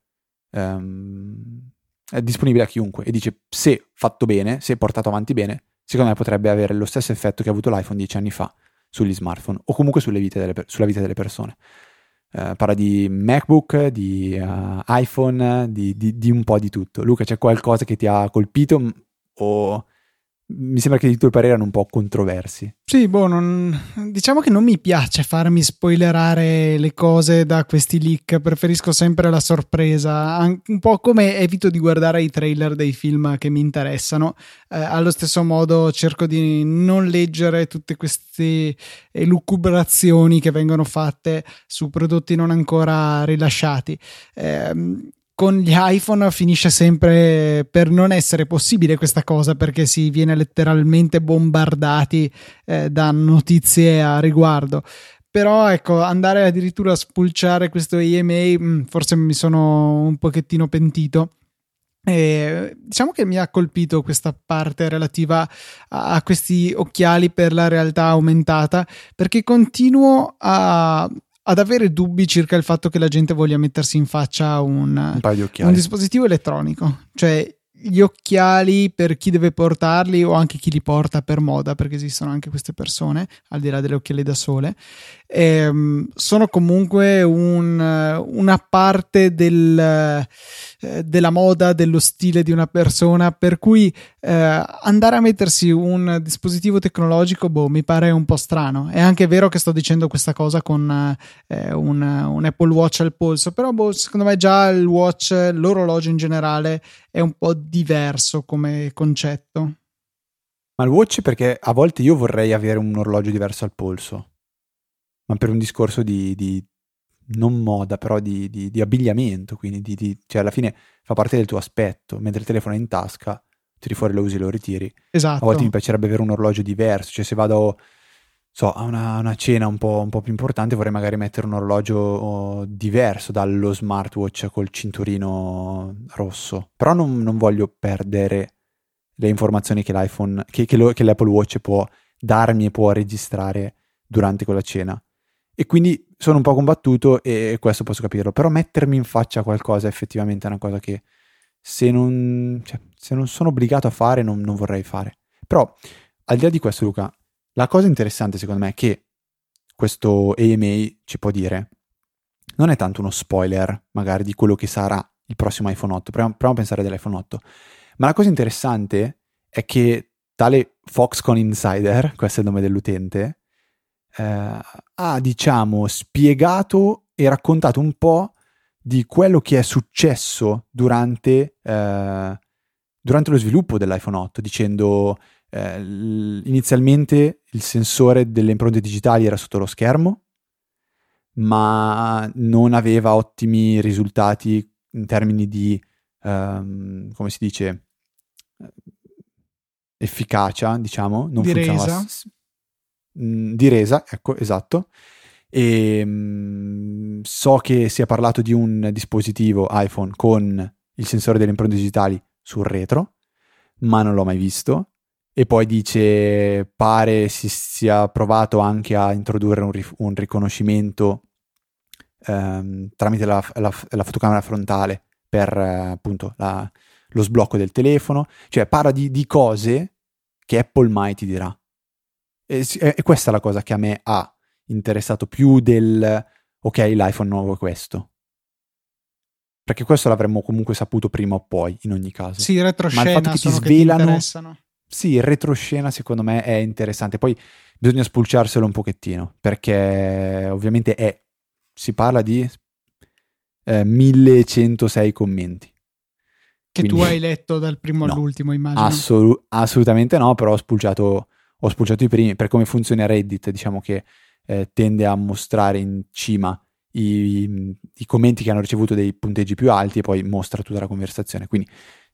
um, è disponibile a chiunque. E dice: se fatto bene, se portato avanti bene, secondo me potrebbe avere lo stesso effetto che ha avuto l'iPhone dieci anni fa sugli smartphone, o comunque sulle vite delle, sulla vita delle persone. Uh, parla di MacBook, di uh, iPhone, di, di, di un po' di tutto. Luca, c'è qualcosa che ti ha colpito, o mi sembra che i tuoi pareri erano un po' controversi? Sì, boh, non... diciamo che non mi piace farmi spoilerare le cose da questi leak, preferisco sempre la sorpresa, un po' come evito di guardare i trailer dei film che mi interessano, eh, allo stesso modo cerco di non leggere tutte queste elucubrazioni che vengono fatte su prodotti non ancora rilasciati. Eh, Con gli iPhone finisce sempre per non essere possibile questa cosa, perché si viene letteralmente bombardati eh, da notizie a riguardo. Però ecco, andare addirittura a spulciare questo A M A mh, forse mi sono un pochettino pentito. E diciamo che mi ha colpito questa parte relativa a, a questi occhiali per la realtà aumentata, perché continuo a ad avere dubbi circa il fatto che la gente voglia mettersi in faccia un, un paio di occhiali, un dispositivo elettronico. Cioè, gli occhiali per chi deve portarli, o anche chi li porta per moda, perché esistono anche queste persone, al di là delle occhiali da sole, ehm, sono comunque un, una parte del, eh, della moda, dello stile di una persona, per cui eh, andare a mettersi un dispositivo tecnologico, boh, mi pare un po' strano. È anche vero che sto dicendo questa cosa con eh, un, un Apple Watch al polso, però boh, secondo me già il watch, l'orologio in generale, è un po' diverso come concetto. Ma il watch, perché a volte io vorrei avere un orologio diverso al polso, ma per un discorso di, di non moda, però di, di, di abbigliamento, quindi di, di, cioè alla fine fa parte del tuo aspetto, mentre il telefono è in tasca, tiri fuori, lo usi e lo ritiri. Esatto. A volte mi piacerebbe avere un orologio diverso, cioè se vado so, a una, una cena un po', un po' più importante, vorrei magari mettere un orologio diverso dallo smartwatch col cinturino rosso, però non, non voglio perdere le informazioni che l'iPhone, che, che, lo, che l'Apple Watch può darmi e può registrare durante quella cena. E quindi sono un po' combattuto, e questo posso capirlo, però mettermi in faccia qualcosa effettivamente è una cosa che se non, cioè, se non sono obbligato a fare non, non vorrei fare. Però al di là di questo, Luca, la cosa interessante secondo me che questo A M A ci può dire non è tanto uno spoiler magari di quello che sarà il prossimo iPhone otto, proviamo, proviamo a pensare dell'iPhone otto, ma la cosa interessante è che tale Foxconn Insider, questo è il nome dell'utente, eh, ha diciamo spiegato e raccontato un po' di quello che è successo durante, eh, durante lo sviluppo dell'iPhone otto, dicendo eh, inizialmente il sensore delle impronte digitali era sotto lo schermo, ma non aveva ottimi risultati in termini di, um, come si dice, efficacia, diciamo, non Di funzionava resa. s- mh, di resa, ecco, esatto. E mh, so che si è parlato di un dispositivo iPhone con il sensore delle impronte digitali sul retro, ma non l'ho mai visto. E poi dice, pare si sia provato anche a introdurre un, rif- un riconoscimento ehm, tramite la, la- la fotocamera frontale per eh, appunto la- lo sblocco del telefono. Cioè parla di, di cose che Apple mai ti dirà. E, si- e questa è la cosa che a me ha interessato più del ok, l'iPhone nuovo è questo. Perché questo l'avremmo comunque saputo prima o poi, in ogni caso. Sì, Ma il fatto retroscena che ti sono che ti svelano, interessano. sì, il retroscena secondo me è interessante. Poi bisogna spulciarselo un pochettino, perché ovviamente è, si parla di eh, millecentosei commenti. Che tu Quindi hai letto dal primo no, all'ultimo, immagino. assolu- assolutamente no, però ho spulciato, ho spulciato i primi. Per come funziona Reddit, diciamo che eh, tende a mostrare in cima i, i commenti che hanno ricevuto dei punteggi più alti e poi mostra tutta la conversazione. Quindi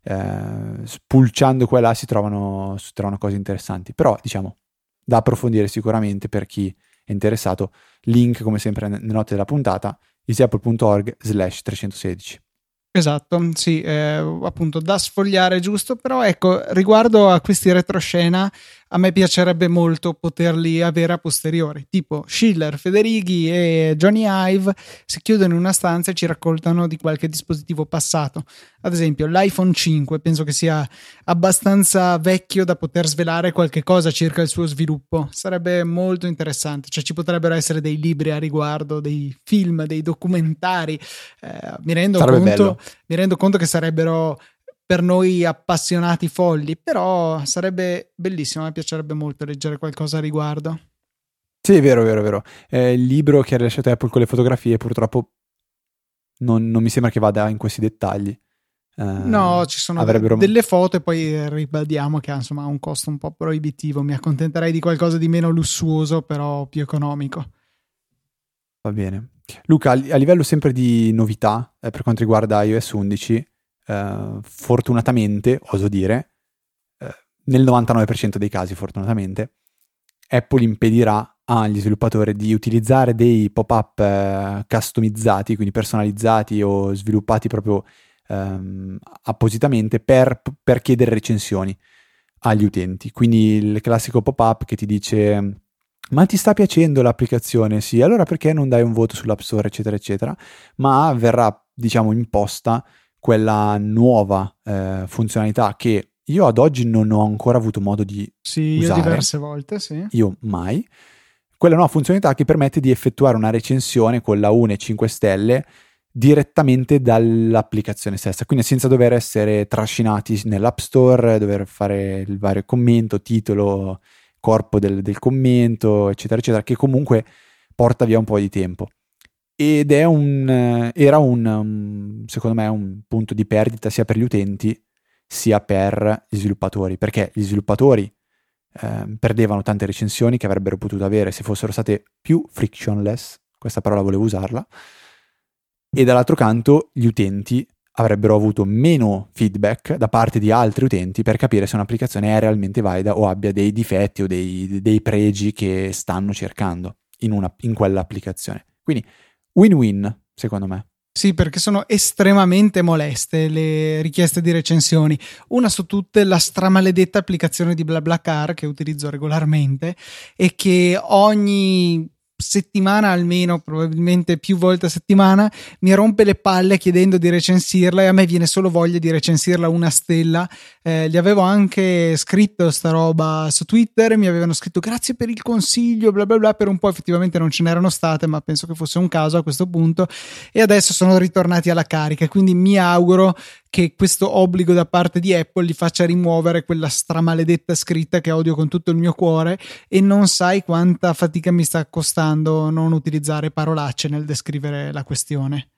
eh, spulciando qua e là si trovano, si trovano cose interessanti. Però, diciamo, da approfondire sicuramente per chi è interessato. Link, come sempre, nelle note della puntata, easyapple.org slash trecentosedici. Esatto, sì, eh, appunto da sfogliare giusto, però ecco, riguardo a questi retroscena, a me piacerebbe molto poterli avere a posteriori, tipo Schiller, Federighi e Johnny Ive si chiudono in una stanza e ci raccontano di qualche dispositivo passato. Ad esempio l'iPhone cinque penso che sia abbastanza vecchio da poter svelare qualche cosa circa il suo sviluppo, sarebbe molto interessante, cioè ci potrebbero essere dei libri a riguardo, dei film, dei documentari, eh, mi rendo Sarebbe conto bello. mi rendo conto che sarebbero per noi appassionati folli, però sarebbe bellissimo, mi piacerebbe molto leggere qualcosa a riguardo. Sì, è vero, è vero, è vero. Eh, il libro che ha rilasciato Apple con le fotografie purtroppo non, non mi sembra che vada in questi dettagli. No, Eh, ci sono de- avrebbero... delle foto e poi ribadiamo che insomma ha un costo un po' proibitivo. Mi accontenterei di qualcosa di meno lussuoso, però più economico. Va bene. Luca, a a livello sempre di novità, eh, per quanto riguarda iOS undici, eh, fortunatamente, oso dire, eh, nel novantanove per cento dei casi, fortunatamente, Apple impedirà agli sviluppatori di utilizzare dei pop-up eh, customizzati, quindi personalizzati o sviluppati proprio ehm, appositamente per, per chiedere recensioni agli utenti. Quindi il classico pop-up che ti dice ma ti sta piacendo l'applicazione? Sì, allora perché non dai un voto sull'App Store, eccetera, eccetera? Ma verrà, diciamo, imposta quella nuova eh, funzionalità che io ad oggi non ho ancora avuto modo di Sì, io usare, diverse volte, sì. io mai, quella nuova funzionalità che permette di effettuare una recensione con la uno e cinque stelle direttamente dall'applicazione stessa, quindi senza dover essere trascinati nell'App Store, dover fare il vario commento, titolo, corpo del, del commento, eccetera, eccetera, che comunque porta via un po' di tempo. Ed è un, eh, era un, um, secondo me, un punto di perdita sia per gli utenti sia per gli sviluppatori, perché gli sviluppatori eh, perdevano tante recensioni che avrebbero potuto avere se fossero state più frictionless, questa parola volevo usarla, e dall'altro canto gli utenti avrebbero avuto meno feedback da parte di altri utenti per capire se un'applicazione è realmente valida o abbia dei difetti o dei, dei pregi che stanno cercando in, una, in quell'applicazione. Quindi win-win, secondo me. Sì, perché sono estremamente moleste le richieste di recensioni. Una su tutte, la stramaledetta applicazione di BlaBlaCar che utilizzo regolarmente e che ogni settimana almeno, probabilmente più volte a settimana, mi rompe le palle chiedendo di recensirla e a me viene solo voglia di recensirla una stella. Eh, gli avevo anche scritto sta roba su Twitter, mi avevano scritto grazie per il consiglio, bla bla bla, per un po' effettivamente non ce n'erano state, ma penso che fosse un caso a questo punto, e adesso sono ritornati alla carica, quindi mi auguro che questo obbligo da parte di Apple gli faccia rimuovere quella stramaledetta scritta che odio con tutto il mio cuore, e non sai quanta fatica mi sta costando non utilizzare parolacce nel descrivere la questione.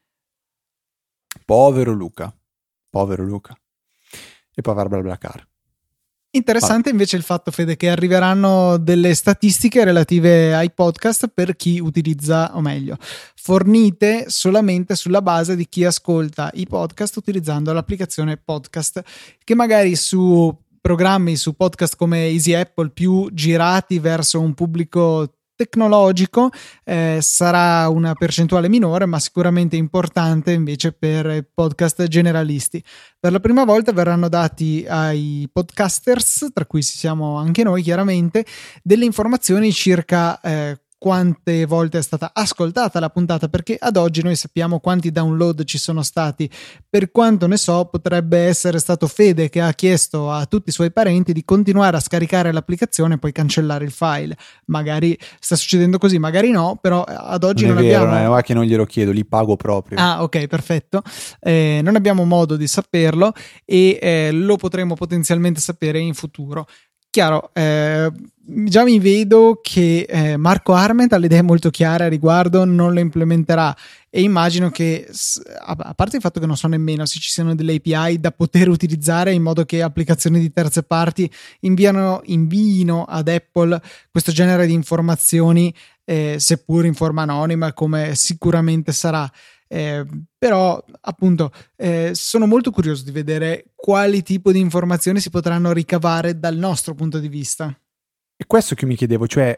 Povero Luca, povero Luca. E poi aver BlaBlaCar. Interessante invece il fatto, Fede, che arriveranno delle statistiche relative ai podcast per chi utilizza, o meglio, fornite solamente sulla base di chi ascolta i podcast utilizzando l'applicazione podcast, che magari su programmi, su podcast come Easy Apple più girati verso un pubblico tecnologico eh, sarà una percentuale minore, ma sicuramente importante invece per podcast generalisti. Per la prima volta verranno dati ai podcasters, tra cui siamo anche noi chiaramente, delle informazioni circa eh, quante volte è stata ascoltata la puntata, perché ad oggi noi sappiamo quanti download ci sono stati. Per quanto ne so, potrebbe essere stato Fede che ha chiesto a tutti i suoi parenti di continuare a scaricare l'applicazione e poi cancellare il file. Magari sta succedendo così, magari no, però ad oggi non, non è non vero, abbiamo... non è che non glielo chiedo, li pago proprio. Ah, ok, perfetto. Eh, non abbiamo modo di saperlo e eh, lo potremo potenzialmente sapere in futuro. Chiaro, eh, già mi vedo che eh, Marco Arment ha le idee molto chiare a riguardo, non lo implementerà e immagino che, a parte il fatto che non so nemmeno se ci siano delle A P I da poter utilizzare in modo che applicazioni di terze parti inviano, invino ad Apple questo genere di informazioni, eh, seppur in forma anonima, come sicuramente sarà. Eh, però appunto eh, sono molto curioso di vedere quali tipo di informazioni si potranno ricavare dal nostro punto di vista. E questo che mi chiedevo, cioè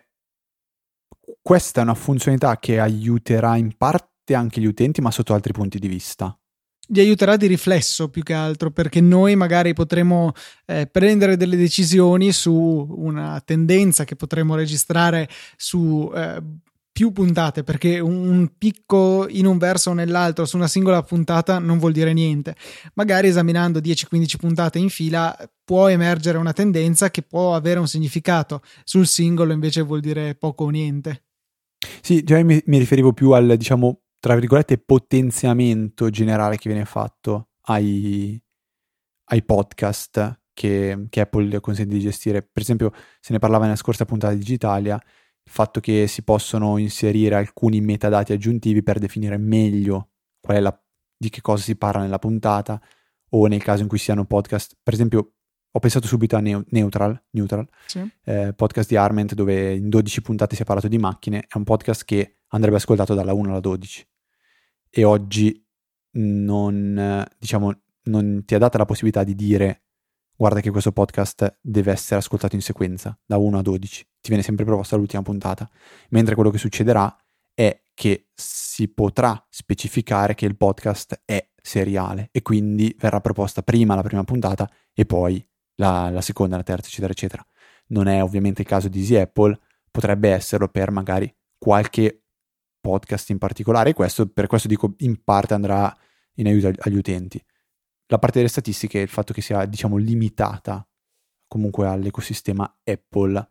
questa è una funzionalità che aiuterà in parte anche gli utenti, ma sotto altri punti di vista. Li aiuterà di riflesso più che altro, perché noi magari potremo eh, prendere delle decisioni su una tendenza che potremo registrare su eh, più puntate, perché un picco in un verso o nell'altro su una singola puntata non vuol dire niente. Magari esaminando dieci quindici puntate in fila può emergere una tendenza che può avere un significato, sul singolo invece vuol dire poco o niente. Sì, già mi, mi riferivo più al, diciamo, tra virgolette, potenziamento generale che viene fatto ai, ai podcast che, che Apple consente di gestire. Per esempio, se ne parlava nella scorsa puntata di Digitalia, il fatto che si possono inserire alcuni metadati aggiuntivi per definire meglio qual è la, di che cosa si parla nella puntata, o nel caso in cui siano podcast. Per esempio, ho pensato subito a Neu- Neutral, Neutral sì. eh, podcast di Arment, dove in dodici puntate si è parlato di macchine. È un podcast che andrebbe ascoltato dalla uno alla dodici. E oggi non, diciamo, non ti è data la possibilità di dire: guarda che questo podcast deve essere ascoltato in sequenza da uno a dodici, ti viene sempre proposta l'ultima puntata, mentre quello che succederà è che si potrà specificare che il podcast è seriale e quindi verrà proposta prima la prima puntata e poi la, la seconda, la terza, eccetera eccetera. Non è ovviamente il caso di Easy Apple, potrebbe esserlo per magari qualche podcast in particolare, e questo, per questo dico, in parte andrà in aiuto agli utenti. La parte delle statistiche, il fatto che sia, diciamo, limitata comunque all'ecosistema Apple,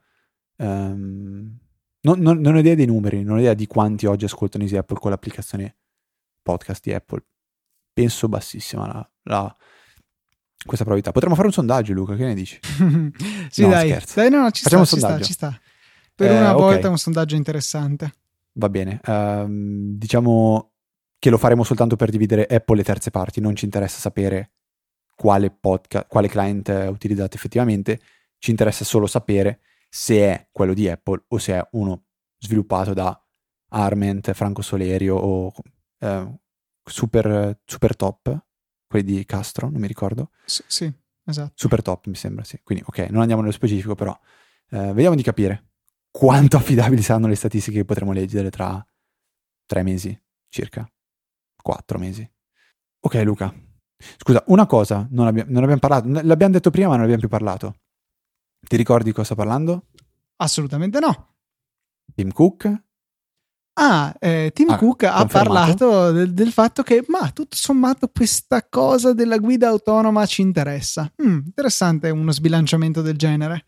um, non, non, non ho idea dei numeri, non ho idea di quanti oggi ascoltano Easy Apple con l'applicazione podcast di Apple. Penso bassissima la, la, questa probabilità. Potremmo fare un sondaggio, Luca, che ne dici? Sì, no, dai. scherzo. Dai, no, no, ci Facciamo sta, un ci sondaggio. sta, ci sta. Per eh, una volta okay. un sondaggio interessante. Va bene. Um, diciamo che lo faremo soltanto per dividere Apple e terze parti. Non ci interessa sapere quale podcast, quale client utilizzate effettivamente. Ci interessa solo sapere se è quello di Apple o se è uno sviluppato da Arment, Franco Solerio o eh, Super, Super Top, quelli di Castro, non mi ricordo. S- sì, esatto. Super Top mi sembra, sì. Quindi ok, non andiamo nello specifico, però eh, vediamo di capire quanto affidabili saranno le statistiche che potremo leggere tra tre mesi circa, quattro mesi. Ok, Luca, scusa, una cosa, non, abbia, non abbiamo parlato, l'abbiamo detto prima ma non abbiamo più parlato. Ti ricordi di cosa sto parlando? Assolutamente no. Tim Cook? Ah, eh, Tim ah, Cook ha parlato del, del fatto che, ma tutto sommato questa cosa della guida autonoma ci interessa. Mm, interessante uno sbilanciamento del genere.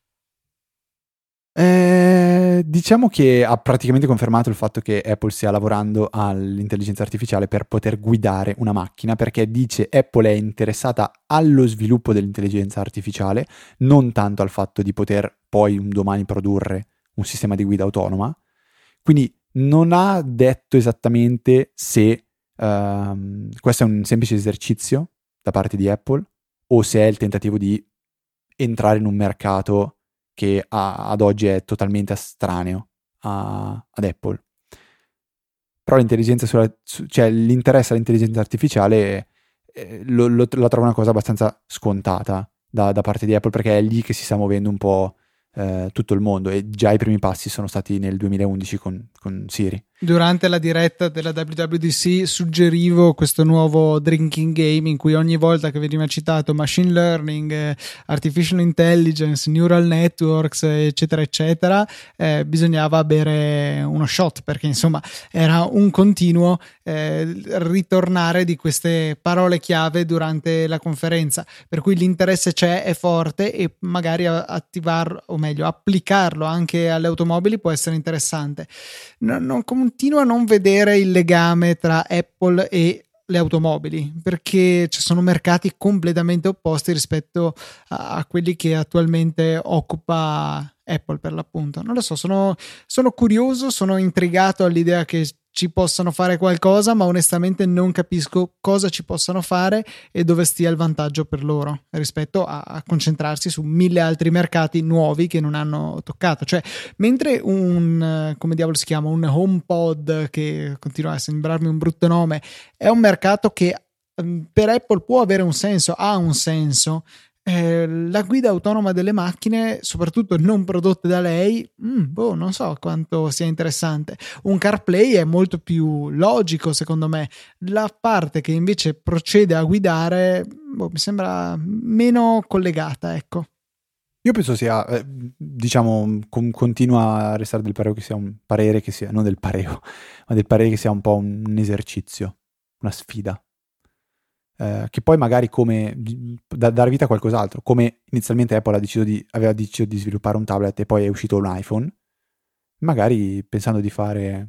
Eh, diciamo che ha praticamente confermato il fatto che Apple stia lavorando all'intelligenza artificiale per poter guidare una macchina, perché dice Apple è interessata allo sviluppo dell'intelligenza artificiale, non tanto al fatto di poter poi un domani produrre un sistema di guida autonoma. Quindi non ha detto esattamente se um, questo è un semplice esercizio da parte di Apple o se è il tentativo di entrare in un mercato che a, ad oggi è totalmente estraneo a, ad Apple. Però l'intelligenza sulla, su, cioè l'interesse all'intelligenza artificiale eh, lo, lo, la trovo una cosa abbastanza scontata da, da parte di Apple, perché è lì che si sta muovendo un po' eh, tutto il mondo, e già i primi passi sono stati nel duemilaundici con, con Siri. Durante la diretta della W W D C suggerivo questo nuovo drinking game in cui ogni volta che veniva citato machine learning, eh, artificial intelligence, neural networks, eccetera eccetera, eh, bisognava bere uno shot, perché insomma era un continuo eh, ritornare di queste parole chiave durante la conferenza, per cui l'interesse c'è, è forte, e magari attivarlo, o meglio applicarlo anche alle automobili può essere interessante. Non, non continuo a non vedere il legame tra Apple e le automobili, perché ci sono mercati completamente opposti rispetto a, a quelli che attualmente occupa Apple, per l'appunto. Non lo so, sono, sono curioso, sono intrigato all'idea che ci possano fare qualcosa, ma onestamente non capisco cosa ci possano fare e dove stia il vantaggio per loro rispetto a, a concentrarsi su mille altri mercati nuovi che non hanno toccato. Cioè, mentre un, come diavolo si chiama, un HomePod, che continua a sembrarmi un brutto nome, è un mercato che per Apple può avere un senso, ha un senso. Eh, la guida autonoma delle macchine, soprattutto non prodotte da lei, mm, boh, non so quanto sia interessante. Un CarPlay è molto più logico, secondo me. La parte che invece procede a guidare, boh, mi sembra meno collegata, ecco. Io penso sia, eh, diciamo, con, continua a restare del parere che sia un parere che sia, non del pareo, ma del parere che sia un po' un, un esercizio, una sfida. Eh, che poi magari come da dare vita a qualcos'altro, come inizialmente Apple ha deciso di, aveva deciso di sviluppare un tablet e poi è uscito un iPhone, magari pensando di fare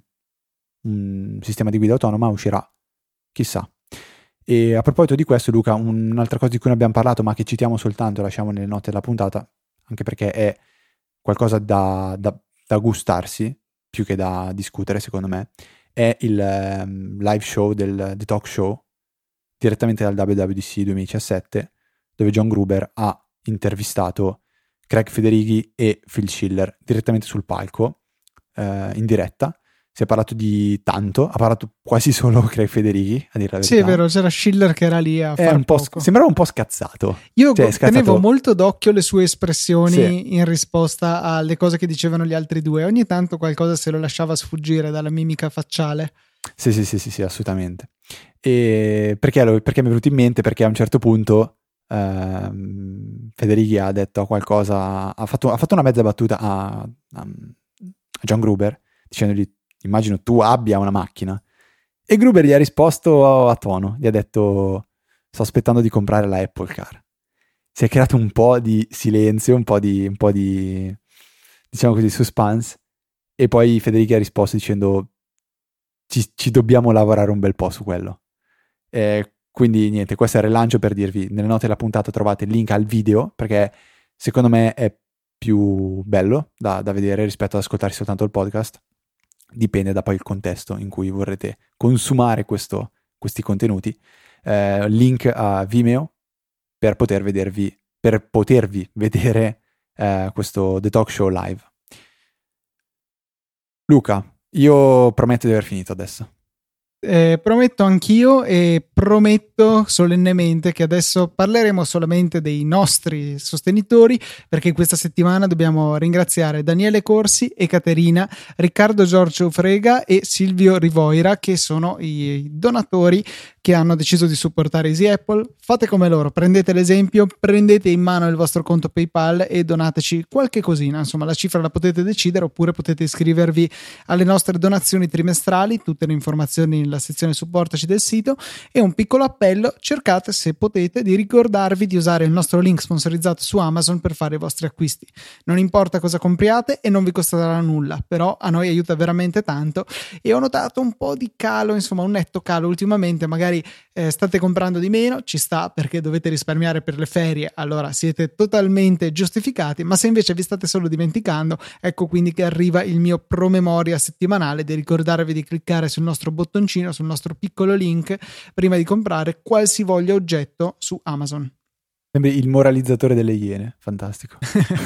un sistema di guida autonoma uscirà, chissà. E a proposito di questo, Luca, un'altra cosa di cui non abbiamo parlato ma che citiamo soltanto, lasciamo nelle note della puntata, anche perché è qualcosa da, da, da gustarsi più che da discutere, secondo me, è il um, live show del The Talk Show direttamente dal W W D C duemiladiciassette, dove John Gruber ha intervistato Craig Federighi e Phil Schiller direttamente sul palco, eh, in diretta. Si è parlato di tanto, ha parlato quasi solo Craig Federighi, a dire la verità. Sì, è vero, c'era Schiller che era lì a fare un po' poco. Sembrava un po' scazzato. Io cioè, tenevo scazzato... molto d'occhio le sue espressioni sì. in risposta alle cose che dicevano gli altri due. Ogni tanto qualcosa se lo lasciava sfuggire dalla mimica facciale. Sì, sì, sì, sì, sì, assolutamente. E perché, lo, perché mi è venuto in mente? Perché a un certo punto ehm, Federighi ha detto qualcosa, ha fatto, ha fatto una mezza battuta a, a John Gruber, dicendogli: immagino tu abbia una macchina. E Gruber gli ha risposto a tono, gli ha detto: sto aspettando di comprare la Apple Car. Si è creato un po' di silenzio, un po' di, un po' di diciamo così, suspense, e poi Federighi ha risposto dicendo: ci, ci dobbiamo lavorare un bel po' su quello. Eh, quindi niente, questo è il rilancio per dirvi: nelle note della puntata trovate il link al video, perché secondo me è più bello da, da vedere rispetto ad ascoltarsi soltanto il podcast. Dipende da poi il contesto in cui vorrete consumare questo, questi contenuti. Eh, link a Vimeo per poter vedervi, per potervi vedere eh, questo The Talk Show live. Luca, io prometto di aver finito adesso. Eh, prometto anch'io, e prometto solennemente che adesso parleremo solamente dei nostri sostenitori, perché questa settimana dobbiamo ringraziare Daniele Corsi e Caterina, Riccardo Giorgio Frega e Silvio Rivoira, che sono i donatori che hanno deciso di supportare Easy Apple. Fate come loro, prendete l'esempio, prendete in mano il vostro conto PayPal e donateci qualche cosina, insomma la cifra la potete decidere, oppure potete iscrivervi alle nostre donazioni trimestrali, tutte le informazioni nella sezione supportaci del sito. E un piccolo appello: cercate, se potete, di ricordarvi di usare il nostro link sponsorizzato su Amazon per fare i vostri acquisti. Non importa cosa compriate e non vi costerà nulla, però a noi aiuta veramente tanto, e ho notato un po' di calo, insomma un netto calo ultimamente. Magari eh, state comprando di meno, ci sta, perché dovete risparmiare per le ferie, allora siete totalmente giustificati, ma se invece vi state solo dimenticando, ecco quindi che arriva il mio promemoria settimanale di ricordarvi di cliccare sul nostro bottoncino, sul nostro piccolo link, prima di comprare qualsivoglia oggetto su Amazon. Sembri il moralizzatore delle Iene, fantastico.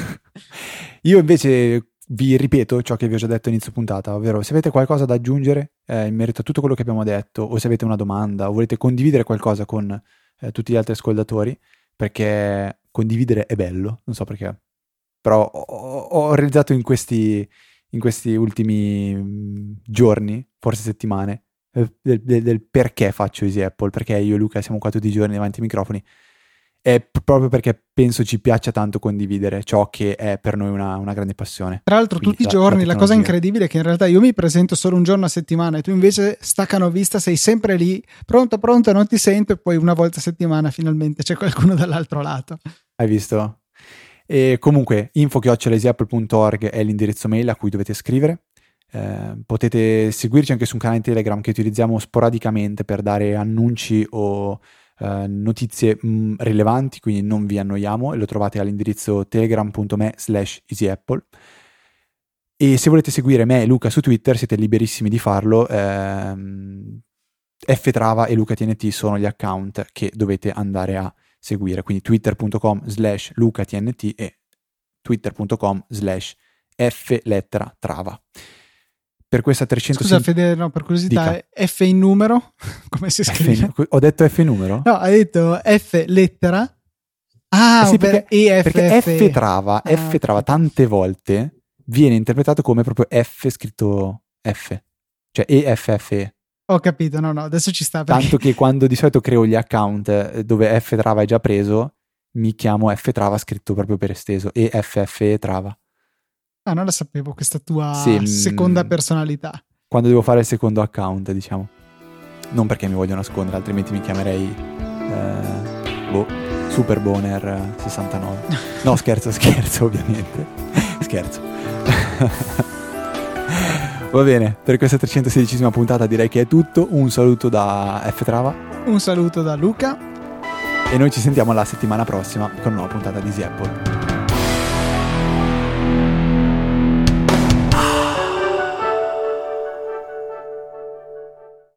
Io invece vi ripeto ciò che vi ho già detto a inizio puntata, ovvero se avete qualcosa da aggiungere eh, in merito a tutto quello che abbiamo detto, o se avete una domanda o volete condividere qualcosa con eh, tutti gli altri ascoltatori, perché condividere è bello, non so perché, però ho, ho realizzato in questi, in questi ultimi giorni, forse settimane, eh, del, del, del perché faccio Easy Apple, perché io e Luca siamo qua tutti i giorni davanti ai microfoni. È proprio perché penso ci piaccia tanto condividere ciò che è per noi una, una grande passione. Tra l'altro Quindi tutti i la, giorni, la, la cosa incredibile è che in realtà io mi presento solo un giorno a settimana e tu invece staccano vista, sei sempre lì, pronto pronto, non ti sento, e poi una volta a settimana finalmente c'è qualcuno dall'altro lato. Hai visto? E comunque info chiocciola easy apple punto org è l'indirizzo mail a cui dovete scrivere. Eh, potete seguirci anche su un canale Telegram che utilizziamo sporadicamente per dare annunci o Uh, notizie mh, rilevanti, quindi non vi annoiamo, e lo trovate all'indirizzo telegram punto me slash easyapple. E se volete seguire me e Luca su Twitter siete liberissimi di farlo. ehm, Ftrava e LucaTNT sono gli account che dovete andare a seguire, quindi twitter punto com slash lucatnt e twitter punto com slash f lettera trava. Per questa trecento Scusa Fede, no, per curiosità, Dica. F in numero? Come si scrive? F, ho detto F numero? No, hai detto F lettera? Ah, eh sì, perché, E F, perché F. F trava, ah, F trava tante volte viene interpretato come proprio F scritto F, cioè E F F E. Ho capito, no no, adesso ci sta. Perché... Tanto che quando di solito creo gli account dove F trava è già preso, mi chiamo F trava scritto proprio per esteso, E F F E trava. Ah, non la sapevo questa tua sì, seconda personalità. Quando devo fare il secondo account, diciamo. Non perché mi voglio nascondere, altrimenti mi chiamerei eh, boh, Super Boner sessantanove. No, scherzo, scherzo, ovviamente. Scherzo. Va bene, per questa trecentosedicesima puntata direi che è tutto. Un saluto da F Trava. Un saluto da Luca. E noi ci sentiamo la settimana prossima con una nuova puntata di Easy Apple.